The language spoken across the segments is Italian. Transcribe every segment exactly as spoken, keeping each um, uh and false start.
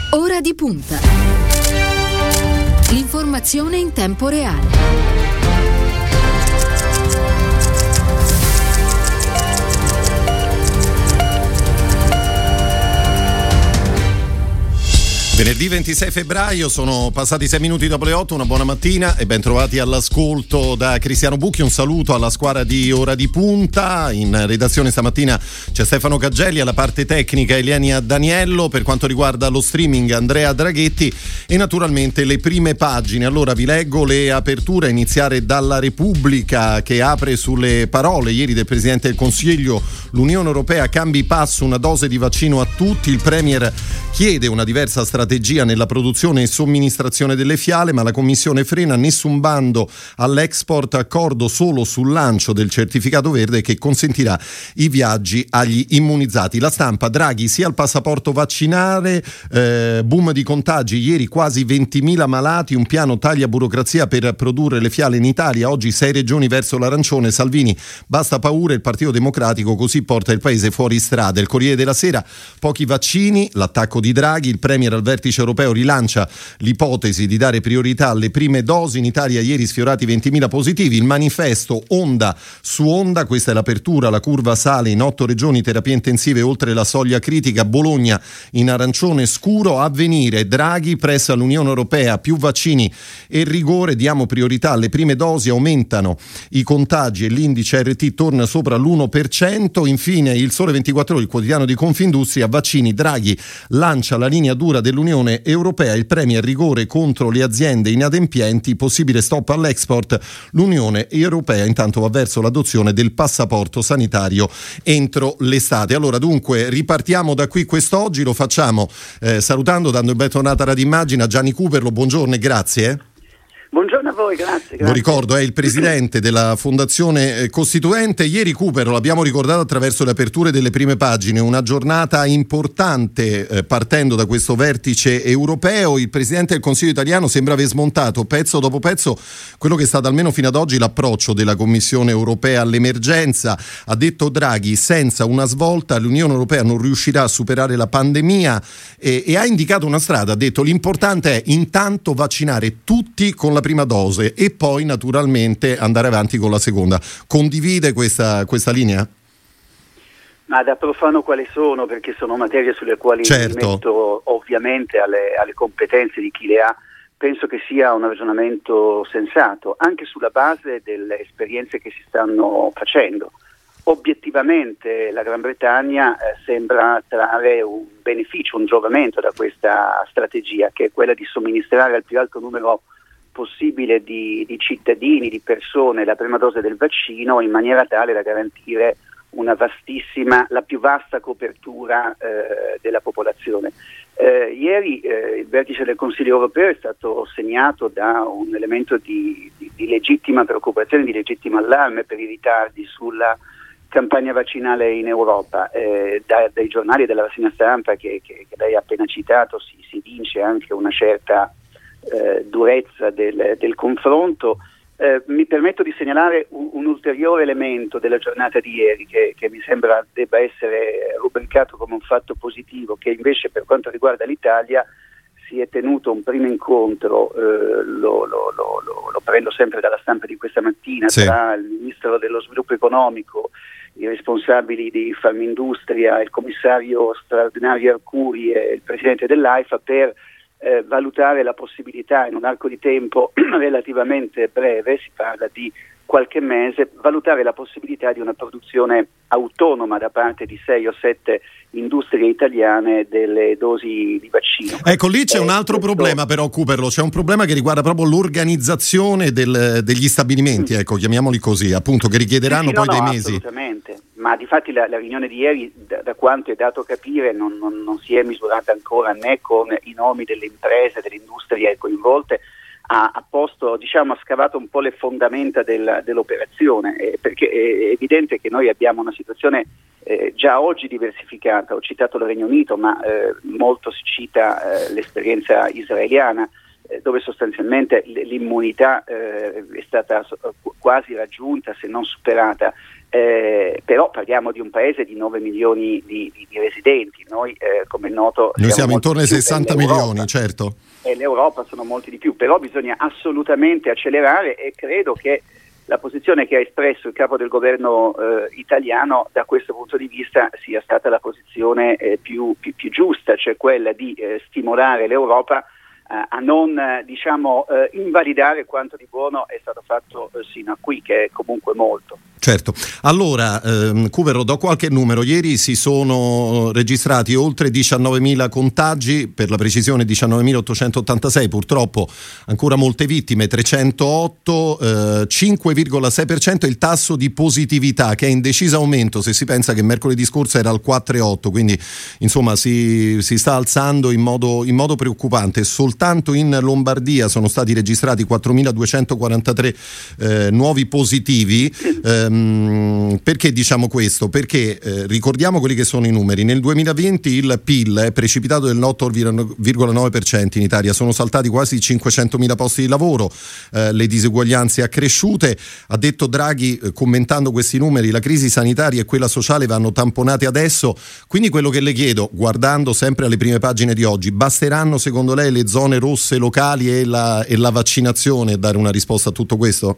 Ora di punta. L'informazione in tempo reale. Venerdì ventisei febbraio, sono passati sei minuti dopo le otto, una buona mattina e ben trovati all'ascolto da Cristiano Bucchi. Un saluto alla squadra di Ora di Punta. In redazione stamattina c'è Stefano Caggelli, alla parte tecnica Elenia Daniello, per quanto riguarda lo streaming Andrea Draghetti e naturalmente le prime pagine. Allora vi leggo le aperture, a iniziare dalla Repubblica, che apre sulle parole ieri del Presidente del Consiglio: l'Unione Europea cambi passo, una dose di vaccino a tutti. Il Premier chiede una diversa strategia nella produzione e somministrazione delle fiale, ma la Commissione frena nessun bando all'export, accordo solo sul lancio del certificato verde che consentirà i viaggi agli immunizzati. La Stampa: Draghi sia il passaporto vaccinale, eh, boom di contagi, ieri quasi ventimila malati, un piano taglia burocrazia per produrre le fiale in Italia, oggi sei regioni verso l'arancione, Salvini basta paura, il Partito Democratico così porta il paese fuori strada. Il Corriere della Sera: pochi vaccini, l'attacco di Draghi, il Premier al vertice europeo rilancia l'ipotesi di dare priorità alle prime dosi, in Italia ieri sfiorati ventimila positivi. Il Manifesto: onda su onda, questa è l'apertura, la curva sale in otto regioni, terapie intensive oltre la soglia critica, Bologna in arancione scuro. Avvenire: Draghi pressa l'Unione Europea, più vaccini e rigore, diamo priorità alle prime dosi, aumentano i contagi e l'indice R T torna sopra l'uno per cento. Infine il Sole ventiquattro Ore, il quotidiano di Confindustria: vaccini, Draghi lancia la linea dura dell'Unione Europea, il Premier rigore contro le aziende inadempienti, possibile stop all'export, l'Unione Europea intanto va verso l'adozione del passaporto sanitario entro l'estate. Allora dunque ripartiamo da qui quest'oggi, lo facciamo eh, salutando, dando il bentornato a Radio Immagine a Gianni Cuperlo. Buongiorno e grazie. Buongiorno a voi, grazie. grazie. Lo ricordo, è il presidente della Fondazione Costituente. Ieri, Cupero, l'abbiamo ricordato attraverso le aperture delle prime pagine, una giornata importante eh, partendo da questo vertice europeo. Il Presidente del Consiglio italiano sembra aver smontato pezzo dopo pezzo quello che è stato almeno fino ad oggi l'approccio della Commissione europea all'emergenza. Ha detto Draghi: senza una svolta l'Unione Europea non riuscirà a superare la pandemia e, e ha indicato una strada. Ha detto: l'importante è intanto vaccinare tutti con la prima dose e poi naturalmente andare avanti con la seconda. Condivide questa, questa linea? Ma da profano quali sono, perché sono materie sulle quali certo. mi metto ovviamente alle, alle competenze di chi le ha. Penso che sia un ragionamento sensato, anche sulla base delle esperienze che si stanno facendo. Obiettivamente la Gran Bretagna eh, sembra trarre un beneficio, un giovamento da questa strategia, che è quella di somministrare al più alto numero possibile di, di cittadini, di persone la prima dose del vaccino, in maniera tale da garantire una vastissima, la più vasta copertura eh, della popolazione. Eh, ieri eh, il vertice del Consiglio europeo è stato segnato da un elemento di, di, di legittima preoccupazione, di legittimo allarme per i ritardi sulla campagna vaccinale in Europa. Eh, da, dai giornali e dalla rassegna stampa che, che, che lei ha appena citato si, si evince anche una certa Eh, durezza del, del confronto. Eh, mi permetto di segnalare un, un ulteriore elemento della giornata di ieri che, che mi sembra debba essere rubricato come un fatto positivo, che invece per quanto riguarda l'Italia si è tenuto un primo incontro, eh, lo, lo, lo, lo, lo prendo sempre dalla stampa di questa mattina, sì. tra il Ministro dello Sviluppo Economico, i responsabili di Farmindustria, il commissario straordinario Arcuri e il presidente dell'AIFA per Eh, valutare la possibilità in un arco di tempo relativamente breve, si parla di qualche mese, valutare la possibilità di una produzione autonoma da parte di sei o sette industrie italiane delle dosi di vaccino. Ecco, lì c'è eh, un altro questo... problema però, Cuperlo, c'è un problema che riguarda proprio l'organizzazione del, degli stabilimenti, ecco, chiamiamoli così, appunto, che richiederanno sì, sì, poi no, dei no, mesi. Assolutamente, ma difatti la, la riunione di ieri, da, da quanto è dato capire, non, non, non si è misurata ancora né con i nomi delle imprese, delle industrie coinvolte, ha, ha posto, diciamo, ha scavato un po' le fondamenta del, dell'operazione, eh, perché è evidente che noi abbiamo una situazione eh, già oggi diversificata. Ho citato il Regno Unito, ma eh, molto si cita eh, l'esperienza israeliana, eh, dove sostanzialmente l'immunità eh, è stata quasi raggiunta, se non superata. Eh, però parliamo di un paese di nove milioni di, di, di residenti, noi eh, come è noto noi siamo intorno ai sessanta milioni, Europa, certo, e l'Europa sono molti di più, però bisogna assolutamente accelerare, e credo che la posizione che ha espresso il capo del governo eh, italiano da questo punto di vista sia stata la posizione eh, più, più, più giusta, cioè quella di eh, stimolare l'Europa a non eh, diciamo eh, invalidare quanto di buono è stato fatto eh, sino a qui, che è comunque molto. Certo. Allora, ehm, Cuvero, do qualche numero. Ieri si sono registrati oltre diciannovemila contagi, per la precisione diciannovemilaottocentottantasei, purtroppo ancora molte vittime, trecentootto, eh, cinque virgola sei per cento il tasso di positività, che è in deciso aumento se si pensa che mercoledì scorso era al quattro virgola otto, quindi insomma si, si sta alzando in modo, in modo preoccupante. Soltanto in Lombardia sono stati registrati quattromiladuecentoquarantatré eh, nuovi positivi. Eh, Perché diciamo questo? Perché eh, ricordiamo quelli che sono i numeri. Nel duemilaventi il P I L è precipitato dell'otto virgola nove per cento in Italia, sono saltati quasi cinquecentomila posti di lavoro, eh, le diseguaglianze accresciute. Ha detto Draghi, eh, commentando questi numeri, la crisi sanitaria e quella sociale vanno tamponate adesso. Quindi quello che le chiedo, guardando sempre alle prime pagine di oggi, basteranno secondo lei le zone rosse locali e la, e la vaccinazione a dare una risposta a tutto questo?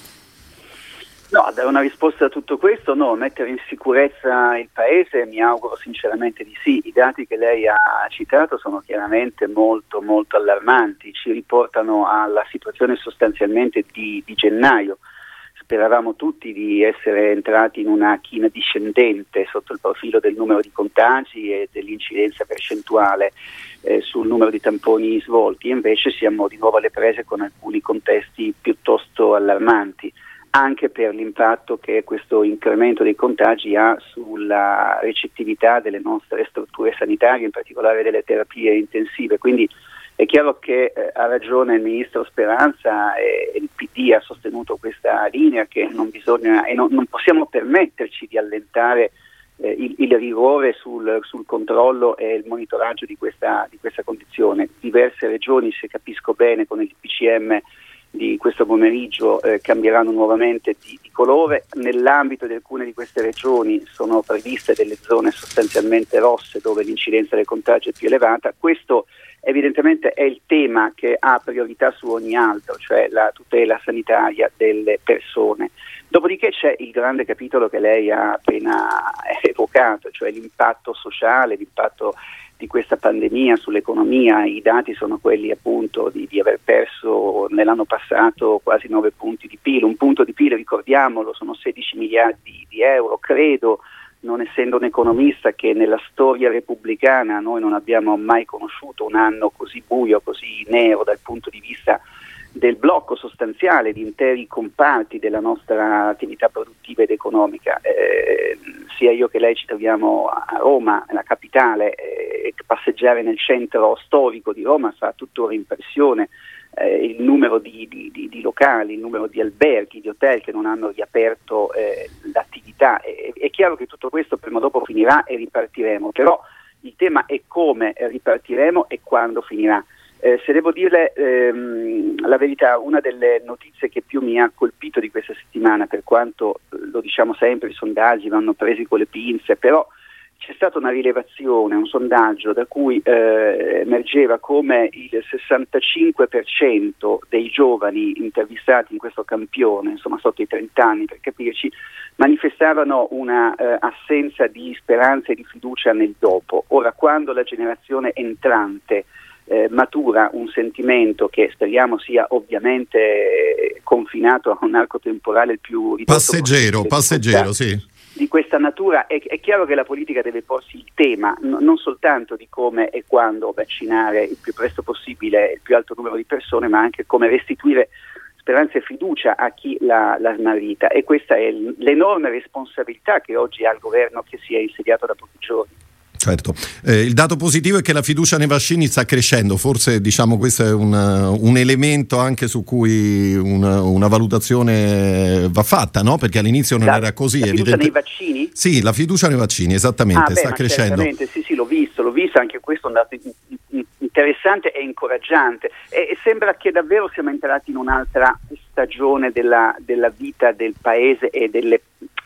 No, a dare una risposta a tutto questo no, mettere in sicurezza il paese mi auguro sinceramente di sì. I dati che lei ha citato sono chiaramente molto molto allarmanti, ci riportano alla situazione sostanzialmente di, di gennaio. Speravamo tutti di essere entrati in una china discendente sotto il profilo del numero di contagi e dell'incidenza percentuale eh, sul numero di tamponi svolti, e invece siamo di nuovo alle prese con alcuni contesti piuttosto allarmanti, anche per l'impatto che questo incremento dei contagi ha sulla recettività delle nostre strutture sanitarie, in particolare delle terapie intensive. Quindi è chiaro che eh, ha ragione il ministro Speranza, e il P D ha sostenuto questa linea, che non bisogna e non, non possiamo permetterci di allentare eh, il, il rigore sul, sul controllo e il monitoraggio di questa, di questa condizione. Diverse regioni, se capisco bene, con il P C M di questo pomeriggio eh, cambieranno nuovamente di, di colore. Nell'ambito di alcune di queste regioni sono previste delle zone sostanzialmente rosse, dove l'incidenza del contagio è più elevata. Questo evidentemente è il tema che ha priorità su ogni altro, cioè la tutela sanitaria delle persone. Dopodiché c'è il grande capitolo che lei ha appena evocato, cioè l'impatto sociale, l'impatto di questa pandemia sull'economia. I dati sono quelli appunto di, di aver perso nell'anno passato quasi nove punti di P I L. Un punto di P I L, ricordiamolo, sono sedici miliardi di euro. Credo, non essendo un economista, che nella storia repubblicana noi non abbiamo mai conosciuto un anno così buio, così nero dal punto di vista del blocco sostanziale di interi comparti della nostra attività produttiva ed economica. Eh, sia io che lei ci troviamo a Roma, nella capitale, e eh, passeggiare nel centro storico di Roma fa tuttora impressione. Eh, il numero di, di, di, di locali, il numero di alberghi, di hotel che non hanno riaperto eh, l'attività. È, è chiaro che tutto questo prima o dopo finirà e ripartiremo, però il tema è come ripartiremo e quando finirà. Eh, se devo dirle ehm, la verità, una delle notizie che più mi ha colpito di questa settimana, per quanto eh, lo diciamo sempre, i sondaggi vanno presi con le pinze, però c'è stata una rilevazione, un sondaggio da cui eh, emergeva come il sessantacinque per cento dei giovani intervistati in questo campione, insomma sotto i trenta anni per capirci, manifestavano una eh, assenza di speranza e di fiducia nel dopo. Ora, quando la generazione entrante Eh, matura un sentimento che speriamo sia ovviamente eh, confinato a un arco temporale il più ridotto passeggero, passeggero, questa, sì. di questa natura, è, è chiaro che la politica deve porsi il tema n- non soltanto di come e quando vaccinare il più presto possibile il più alto numero di persone, ma anche come restituire speranza e fiducia a chi l'ha, l'ha smarrita, e questa è l- l'enorme responsabilità che oggi ha il governo che si è insediato da pochi giorni. Certo, eh, il dato positivo è che la fiducia nei vaccini sta crescendo, forse diciamo questo è un, un elemento anche su cui una, una valutazione va fatta, no? Perché all'inizio non la, era così. La fiducia evidente... nei vaccini? Sì, la fiducia nei vaccini, esattamente, ah, sta beh, crescendo. Sì, sì, l'ho visto, l'ho visto, anche questo è un dato interessante e incoraggiante, e, e sembra che davvero siamo entrati in un'altra stagione della, della vita del paese e delle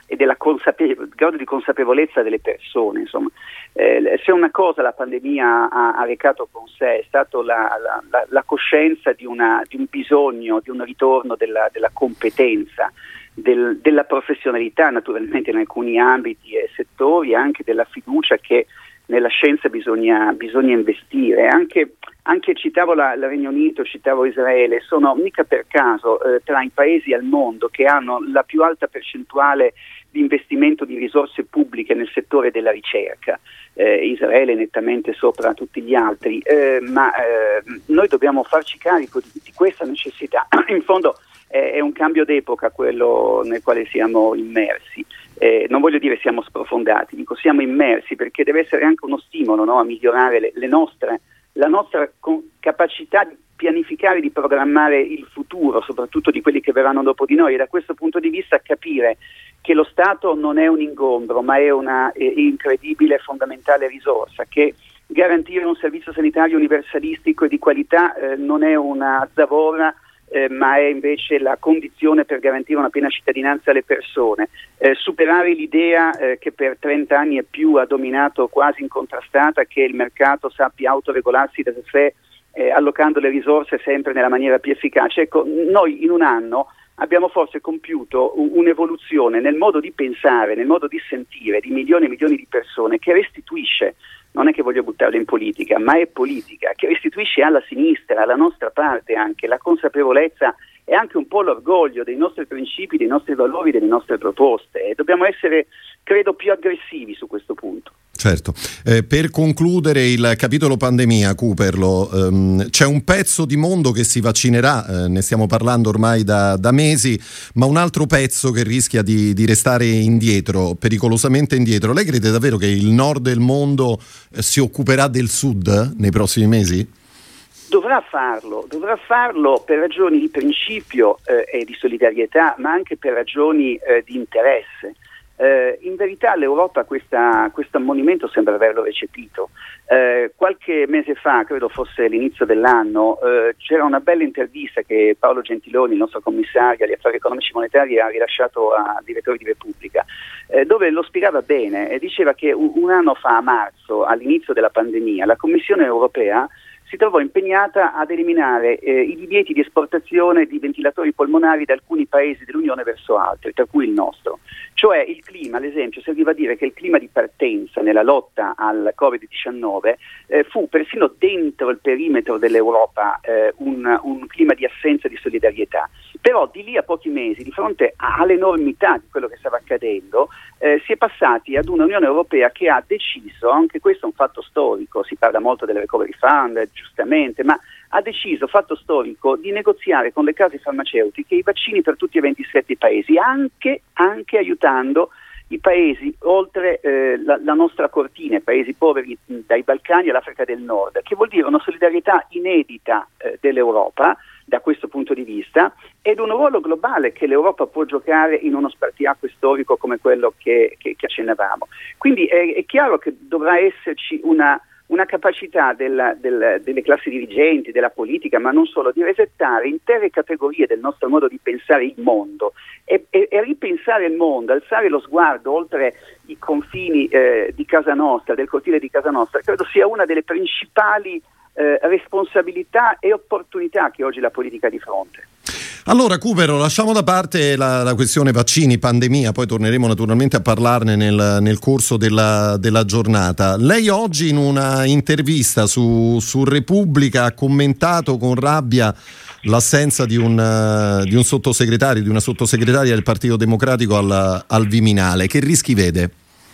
e della consapevo- grado di consapevolezza delle persone. Insomma, eh, se una cosa la pandemia ha, ha recato con sé è stato la, la, la, la coscienza di, una, di un bisogno, di un ritorno della, della competenza, del, della professionalità naturalmente in alcuni ambiti e settori, anche della fiducia che nella scienza bisogna, bisogna investire. Anche, anche citavo la, la Regno Unito, citavo Israele, sono mica per caso eh, tra i paesi al mondo che hanno la più alta percentuale di investimento di risorse pubbliche nel settore della ricerca. Eh, Israele nettamente sopra tutti gli altri, eh, ma eh, noi dobbiamo farci carico di, di questa necessità. In fondo è, è un cambio d'epoca quello nel quale siamo immersi. Eh, non voglio dire siamo sprofondati, dico siamo immersi, perché deve essere anche uno stimolo, no, a migliorare le, le nostre, la nostra con, capacità di pianificare, di programmare il futuro, soprattutto di quelli che verranno dopo di noi, e da questo punto di vista capire che lo Stato non è un ingombro, ma è una eh, incredibile, fondamentale risorsa, che garantire un servizio sanitario universalistico e di qualità eh, non è una zavorra, Eh, ma è invece la condizione per garantire una piena cittadinanza alle persone, eh, superare l'idea eh, che per trenta anni e più ha dominato quasi incontrastata, che il mercato sappia autoregolarsi da sé, eh, allocando le risorse sempre nella maniera più efficace. Ecco, noi in un anno abbiamo forse compiuto un'evoluzione nel modo di pensare, nel modo di sentire di milioni e milioni di persone, che restituisce, non è che voglio buttarla in politica, ma è politica, che restituisce alla sinistra, alla nostra parte anche, la consapevolezza e anche un po' l'orgoglio dei nostri principi, dei nostri valori, delle nostre proposte. E dobbiamo essere, credo, più aggressivi su questo punto. Certo. Eh, per concludere il capitolo pandemia, Cooperlo, ehm, c'è un pezzo di mondo che si vaccinerà, eh, ne stiamo parlando ormai da, da mesi, ma un altro pezzo che rischia di, di restare indietro, pericolosamente indietro. Lei crede davvero che il nord del mondo eh, si occuperà del sud nei prossimi mesi? Dovrà farlo, dovrà farlo per ragioni di principio eh, e di solidarietà, ma anche per ragioni eh, di interesse. Eh, in verità l'Europa questa, questo ammonimento sembra averlo recepito. Eh, qualche mese fa, credo fosse l'inizio dell'anno, eh, c'era una bella intervista che Paolo Gentiloni, il nostro commissario agli affari economici e monetari, ha rilasciato a direttori di Repubblica, eh, dove lo spiegava bene e diceva che un, un anno fa, a marzo, all'inizio della pandemia, la Commissione europea si trovò impegnata ad eliminare eh, i divieti di esportazione di ventilatori polmonari da alcuni paesi dell'Unione verso altri, tra cui il nostro. Cioè il clima, ad esempio, serviva a dire che il clima di partenza nella lotta al covid diciannove eh, fu persino dentro il perimetro dell'Europa eh, un, un clima di assenza di solidarietà. Però di lì a pochi mesi, di fronte all'enormità di quello che stava accadendo, eh, si è passati ad una Unione Europea che ha deciso, anche questo è un fatto storico, si parla molto del Recovery Fund, giustamente, ma ha deciso, fatto storico, di negoziare con le case farmaceutiche i vaccini per tutti e ventisette i paesi, anche, anche aiutando i paesi oltre eh, la, la nostra cortina, i paesi poveri mh, dai Balcani all'Africa del Nord, che vuol dire una solidarietà inedita eh, dell'Europa da questo punto di vista, ed un ruolo globale che l'Europa può giocare in uno spartiacque storico come quello che, che, che accennavamo. Quindi è, è chiaro che dovrà esserci una una capacità della, del, delle classi dirigenti, della politica, ma non solo, di resettare intere categorie del nostro modo di pensare il mondo e, e, e ripensare il mondo, alzare lo sguardo oltre i confini eh, di casa nostra, del cortile di casa nostra. Credo sia una delle principali eh, responsabilità e opportunità che oggi la politica ha di fronte. Allora, Cooperlo, lasciamo da parte la, la questione vaccini, pandemia, poi torneremo naturalmente a parlarne nel, nel corso della, della giornata. Lei oggi in una intervista su, su Repubblica ha commentato con rabbia l'assenza di un, uh, di un sottosegretario, di una sottosegretaria del Partito Democratico al, al Viminale. Che rischi vede?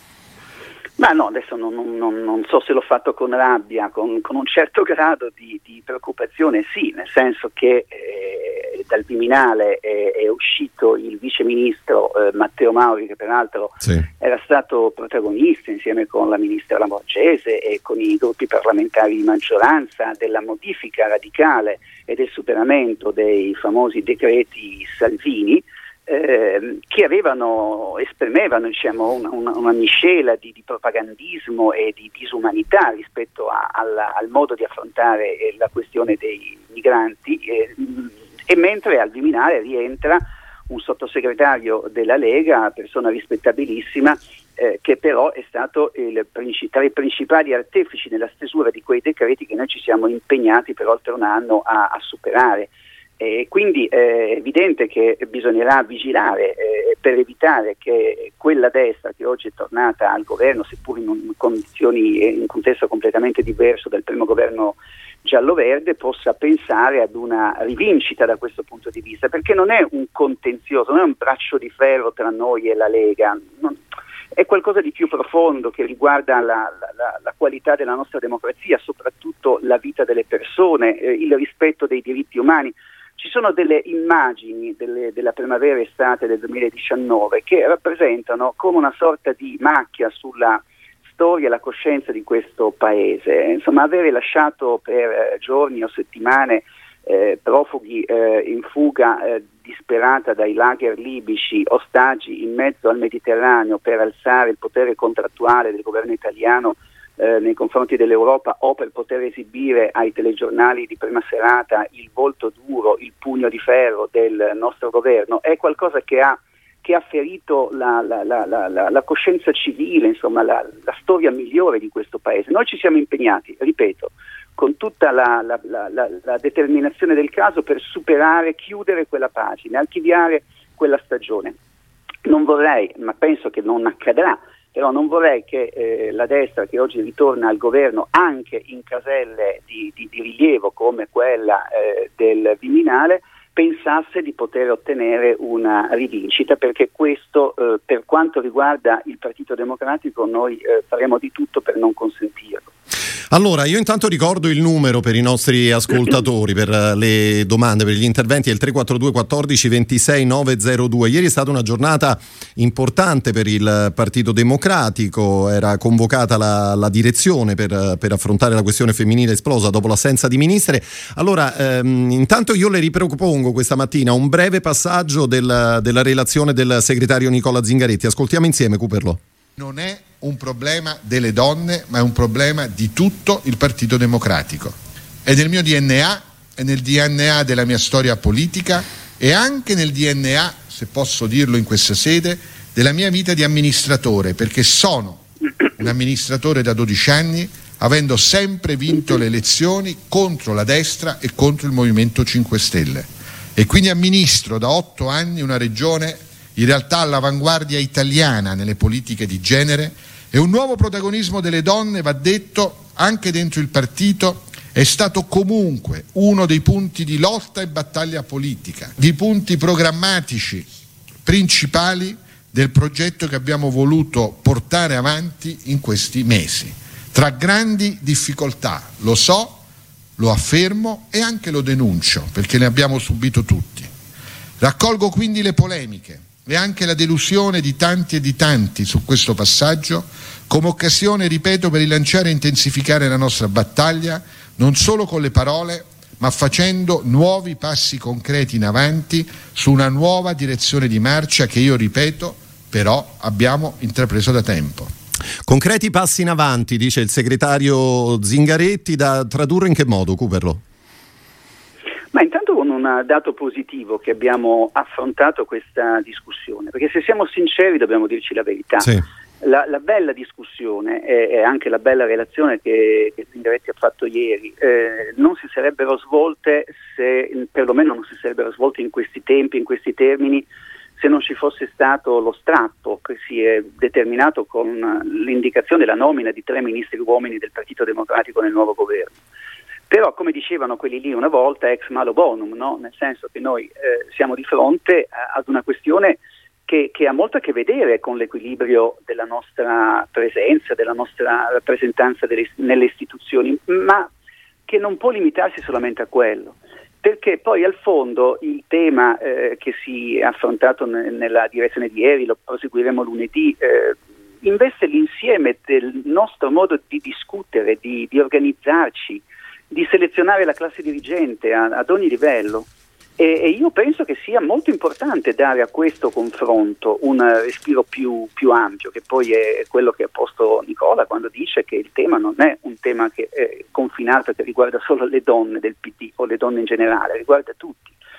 Ma no, adesso non, non, non so se l'ho fatto con rabbia, con, con un certo grado di, di preoccupazione, sì, nel senso che eh, dal Viminale è, è uscito il viceministro eh, Matteo Mauri, che peraltro sì. era stato protagonista insieme con la ministra Lamorgese e con i gruppi parlamentari di maggioranza della modifica radicale e del superamento dei famosi decreti Salvini, Eh, che avevano, esprimevano diciamo, una, una, una miscela di, di propagandismo e di disumanità rispetto a, alla, al modo di affrontare eh, la questione dei migranti, eh, e mentre al Viminale rientra un sottosegretario della Lega, persona rispettabilissima, eh, che però è stato il princi- tra i principali artefici nella stesura di quei decreti che noi ci siamo impegnati per oltre un anno a, a superare. E quindi è evidente che bisognerà vigilare eh, per evitare che quella destra che oggi è tornata al governo, seppur in, un, in condizioni e in un contesto completamente diverso dal primo governo giallo-verde, possa pensare ad una rivincita da questo punto di vista, perché non è un contenzioso, non è un braccio di ferro tra noi e la Lega, non, è qualcosa di più profondo che riguarda la, la, la qualità della nostra democrazia, soprattutto la vita delle persone, eh, il rispetto dei diritti umani. Ci sono delle immagini delle, della primavera-estate del duemiladiciannove che rappresentano come una sorta di macchia sulla storia e la coscienza di questo paese. Insomma, avere lasciato per eh, giorni o settimane eh, profughi eh, in fuga eh, disperata dai lager libici, ostaggi in mezzo al Mediterraneo per alzare il potere contrattuale del governo italiano Eh, nei confronti dell'Europa, o per poter esibire ai telegiornali di prima serata il volto duro, il pugno di ferro del nostro governo, è qualcosa che ha, che ha ferito la, la, la, la, la coscienza civile, insomma la, la storia migliore di questo paese. Noi ci siamo impegnati, ripeto, con tutta la, la, la, la, la determinazione del caso per superare, chiudere quella pagina, archiviare quella stagione. Non vorrei, ma penso che non accadrà, però non vorrei che eh, la destra, che oggi ritorna al governo anche in caselle di, di, di rilievo come quella eh, del Viminale, pensasse di poter ottenere una rivincita, perché questo eh, per quanto riguarda il Partito Democratico noi eh, faremo di tutto per non consentirlo. Allora, io intanto ricordo il numero per i nostri ascoltatori, per le domande, per gli interventi, è il tre quattro due quattordici ventisei novecentodue. Ieri è stata una giornata importante per il Partito Democratico, era convocata la, la direzione per, per affrontare la questione femminile esplosa dopo l'assenza di ministre. Allora, ehm, intanto io le ripropongo questa mattina un breve passaggio del, della relazione del segretario Nicola Zingaretti. Ascoltiamo insieme, Cuperlo. Non è un problema delle donne, ma è un problema di tutto il Partito Democratico. È nel mio D N A, è nel D N A della mia storia politica e anche nel D N A, se posso dirlo in questa sede, della mia vita di amministratore, perché sono un amministratore da dodici anni, avendo sempre vinto le elezioni contro la destra e contro il Movimento cinque Stelle. E quindi amministro da otto anni una regione in realtà all'avanguardia italiana nelle politiche di genere, e un nuovo protagonismo delle donne, va detto, anche dentro il partito, è stato comunque uno dei punti di lotta e battaglia politica, di punti programmatici principali del progetto che abbiamo voluto portare avanti in questi mesi. Tra grandi difficoltà, lo so, lo affermo e anche lo denuncio, perché ne abbiamo subito tutti. Raccolgo quindi le polemiche e anche la delusione di tanti e di tanti su questo passaggio come occasione, ripeto, per rilanciare e intensificare la nostra battaglia, non solo con le parole, ma facendo nuovi passi concreti in avanti su una nuova direzione di marcia che io, ripeto, però abbiamo intrapreso da tempo. Concreti passi in avanti, dice il segretario Zingaretti, da tradurre in che modo, Cuperlo? Ma intanto con un dato positivo che abbiamo affrontato questa discussione, perché se siamo sinceri dobbiamo dirci la verità. Sì. La, la bella discussione e, e anche la bella relazione che, che Zingaretti ha fatto ieri eh, non si sarebbero svolte, se perlomeno non si sarebbero svolte in questi tempi, in questi termini, se non ci fosse stato lo strappo che si è determinato con l'indicazione e la nomina di tre ministri uomini del Partito Democratico nel nuovo governo. Però, come dicevano quelli lì una volta, ex malo bonum, no? Nel senso che noi eh, siamo di fronte a, ad una questione che, che ha molto a che vedere con l'equilibrio della nostra presenza, della nostra rappresentanza delle, nelle istituzioni, ma che non può limitarsi solamente a quello. Perché poi al fondo il tema eh, che si è affrontato ne, nella direzione di ieri, lo proseguiremo lunedì, eh, investe l'insieme del nostro modo di discutere, di, di organizzarci, di selezionare la classe dirigente a, ad ogni livello, e, e io penso che sia molto importante dare a questo confronto un respiro più, più ampio, che poi è quello che ha posto Nicola quando dice che il tema non è un tema che è confinato, che riguarda solo le donne del P D o le donne in generale, riguarda tutti.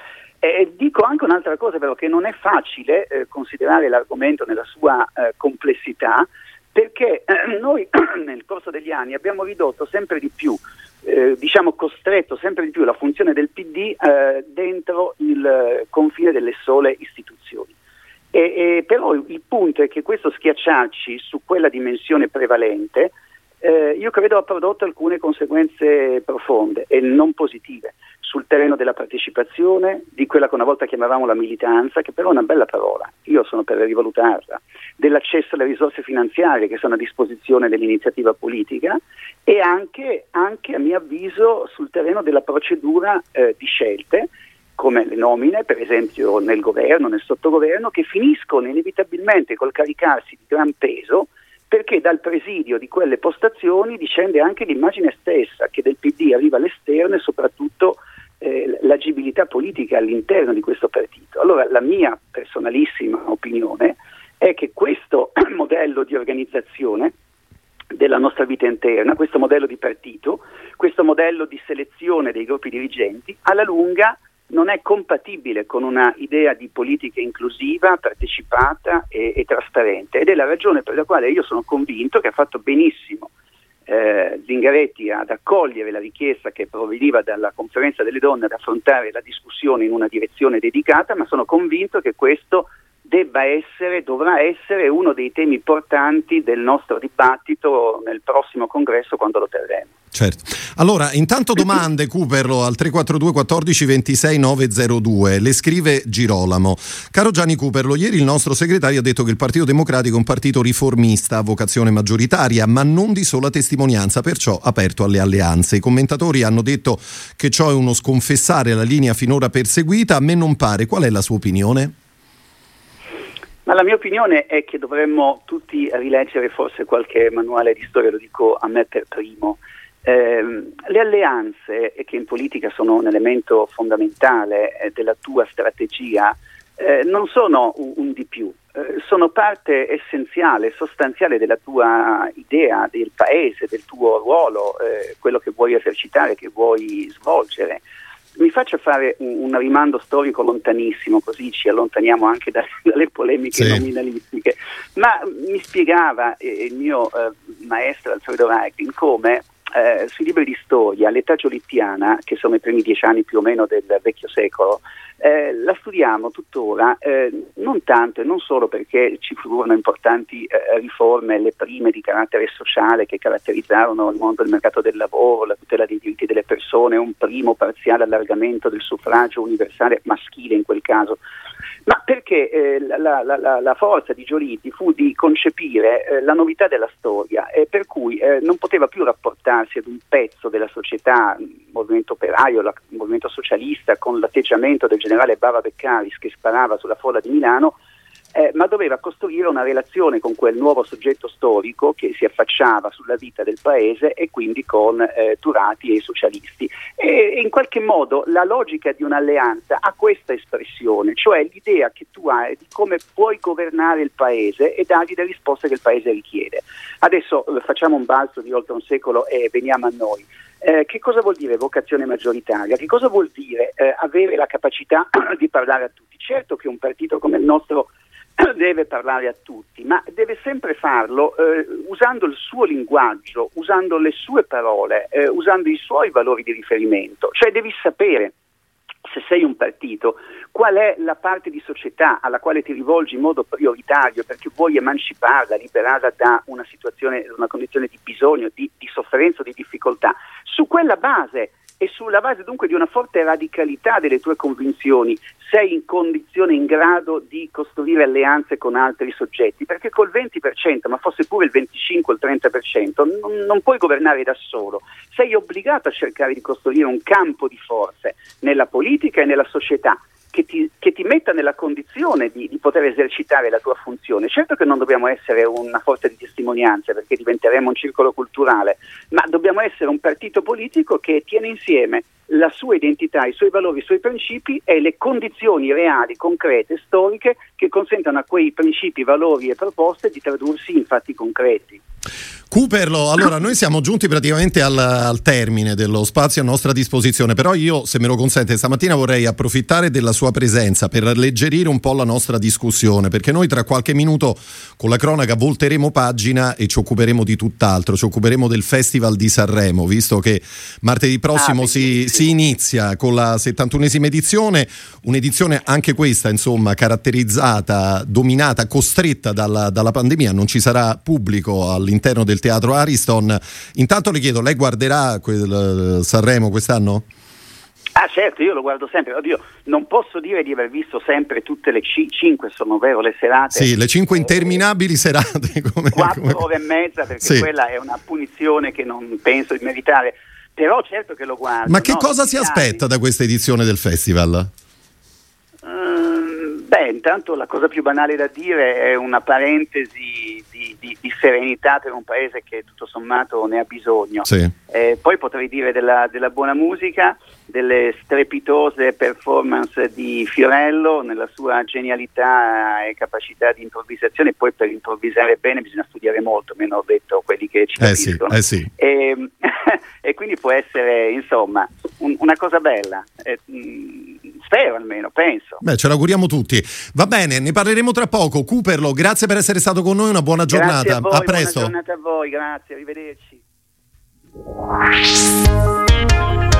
E dico anche un'altra cosa però, che non è facile eh, considerare l'argomento nella sua eh, complessità, perché eh, noi nel corso degli anni abbiamo ridotto sempre di più, eh, diciamo costretto sempre di più la funzione del P D eh, dentro il eh, confine delle sole istituzioni. E, e però il punto è che questo schiacciarci su quella dimensione prevalente eh, io credo ha prodotto alcune conseguenze profonde e non positive sul terreno della partecipazione, di quella che una volta chiamavamo la militanza, che però è una bella parola, io sono per rivalutarla, dell'accesso alle risorse finanziarie che sono a disposizione dell'iniziativa politica, e anche, anche a mio avviso sul terreno della procedura eh, di scelte, come le nomine, per esempio nel governo, nel sottogoverno, che finiscono inevitabilmente col caricarsi di gran peso, perché dal presidio di quelle postazioni discende anche l'immagine stessa che del P D arriva all'esterno e soprattutto eh, l'agibilità politica all'interno di questo partito. Allora la mia personalissima opinione è che questo modello di organizzazione della nostra vita interna, questo modello di partito, questo modello di selezione dei gruppi dirigenti, alla lunga non è compatibile con una idea di politica inclusiva, partecipata e, e trasparente, ed è la ragione per la quale io sono convinto che ha fatto benissimo eh, Zingaretti ad accogliere la richiesta che proveniva dalla Conferenza delle Donne ad affrontare la discussione in una direzione dedicata, ma sono convinto che questo debba essere, dovrà essere uno dei temi portanti del nostro dibattito nel prossimo congresso, quando lo terremo. Certo. Allora, intanto domande, Cuperlo, al tre quattro due quattordici ventisei novecentodue. Le scrive Girolamo. Caro Gianni Cuperlo, ieri il nostro segretario ha detto che il Partito Democratico è un partito riformista a vocazione maggioritaria, ma non di sola testimonianza, perciò aperto alle alleanze. I commentatori hanno detto che ciò è uno sconfessare la linea finora perseguita. A me non pare. Qual è la sua opinione? Ma la mia opinione è che dovremmo tutti rileggere forse qualche manuale di storia, lo dico a me per primo. Eh, le alleanze, che in politica sono un elemento fondamentale eh, della tua strategia, eh, non sono un, un di più, eh, sono parte essenziale, sostanziale della tua idea del paese, del tuo ruolo, eh, quello che vuoi esercitare, che vuoi svolgere. Mi faccio fare un, un rimando storico lontanissimo, così ci allontaniamo anche da, dalle polemiche sì. nominalistiche, ma mi spiegava eh, il mio eh, maestro Alfredo Reichling come Eh, sui libri di storia, l'età giolittiana, che sono i primi dieci anni più o meno del vecchio secolo, eh, la studiamo tuttora eh, non tanto e non solo perché ci furono importanti eh, riforme, le prime di carattere sociale che caratterizzarono il mondo del mercato del lavoro, la tutela dei diritti delle persone, un primo parziale allargamento del suffragio universale maschile in quel caso, ma perché eh, la, la, la, la forza di Giolitti fu di concepire eh, la novità della storia, e per cui eh, non poteva più rapportarsi ad un pezzo della società, il movimento operaio, la, il movimento socialista, con l'atteggiamento del generale Bava Beccaris che sparava sulla folla di Milano, eh, ma doveva costruire una relazione con quel nuovo soggetto storico che si affacciava sulla vita del paese, e quindi con eh, Turati e i socialisti. E, e in qualche modo la logica di un'alleanza ha questa espressione, cioè l'idea che tu hai di come puoi governare il paese e dargli le risposte che il paese richiede. Adesso eh, facciamo un balzo di oltre un secolo e veniamo a noi. Eh, che cosa vuol dire vocazione maggioritaria? Che cosa vuol dire eh, avere la capacità di parlare a tutti? Certo che un partito come il nostro deve parlare a tutti, ma deve sempre farlo eh, usando il suo linguaggio, usando le sue parole, eh, usando i suoi valori di riferimento. Cioè devi sapere, se sei un partito, qual è la parte di società alla quale ti rivolgi in modo prioritario perché vuoi emanciparla, liberarla da una situazione, una condizione di bisogno, di, di sofferenza o di difficoltà. Su quella base e sulla base dunque di una forte radicalità delle tue convinzioni sei in condizione, in grado di costruire alleanze con altri soggetti, perché col venti per cento, ma fosse pure il venticinque o il trenta per cento, non, non puoi governare da solo, sei obbligato a cercare di costruire un campo di forze nella politica e nella società che ti, che ti metta nella condizione di, di poter esercitare la tua funzione. Certo che non dobbiamo essere una forza di testimonianze perché diventeremo un circolo culturale, ma dobbiamo essere un partito politico che tiene insieme la sua identità, i suoi valori, i suoi principi e le condizioni reali, concrete, storiche che consentano a quei principi, valori e proposte di tradursi in fatti concreti. Cooperlo, allora noi siamo giunti praticamente al, al termine dello spazio a nostra disposizione, però io, se me lo consente, stamattina vorrei approfittare della sua presenza per alleggerire un po' la nostra discussione, perché noi tra qualche minuto con la cronaca volteremo pagina e ci occuperemo di tutt'altro, ci occuperemo del Festival di Sanremo, visto che martedì prossimo ah, si, si inizia con la settantunesima edizione, un'edizione anche questa insomma caratterizzata, dominata, costretta dalla, dalla pandemia, non ci sarà pubblico all'interno del Teatro Ariston. Intanto le chiedo, lei guarderà quel Sanremo quest'anno? Ah certo, io lo guardo sempre. Oddio, non posso dire di aver visto sempre tutte le c- cinque, sono vero, le serate. Sì, le cinque interminabili eh, serate. Come, quattro come... ore e mezza, perché sì. quella è una punizione che non penso di meritare. Però certo che lo guardo. Ma che no? cosa si aspetta da questa edizione del festival? Um, beh, intanto la cosa più banale da dire è una parentesi di, di, di serenità per un paese che tutto sommato ne ha bisogno. Sì. Eh, poi potrei dire della, della buona musica, delle strepitose performance di Fiorello nella sua genialità e capacità di improvvisazione. Poi per improvvisare bene bisogna studiare molto, me ne ho detto quelli che ci capiscono. Eh sì, eh sì. E, e quindi può essere insomma un, una cosa bella, eh, spero almeno, penso. Beh, ce l'auguriamo tutti. Va bene, ne parleremo tra poco. Cooperlo, grazie per essere stato con noi, una buona giornata. Grazie a voi, a presto. Buona giornata a voi, grazie, arrivederci.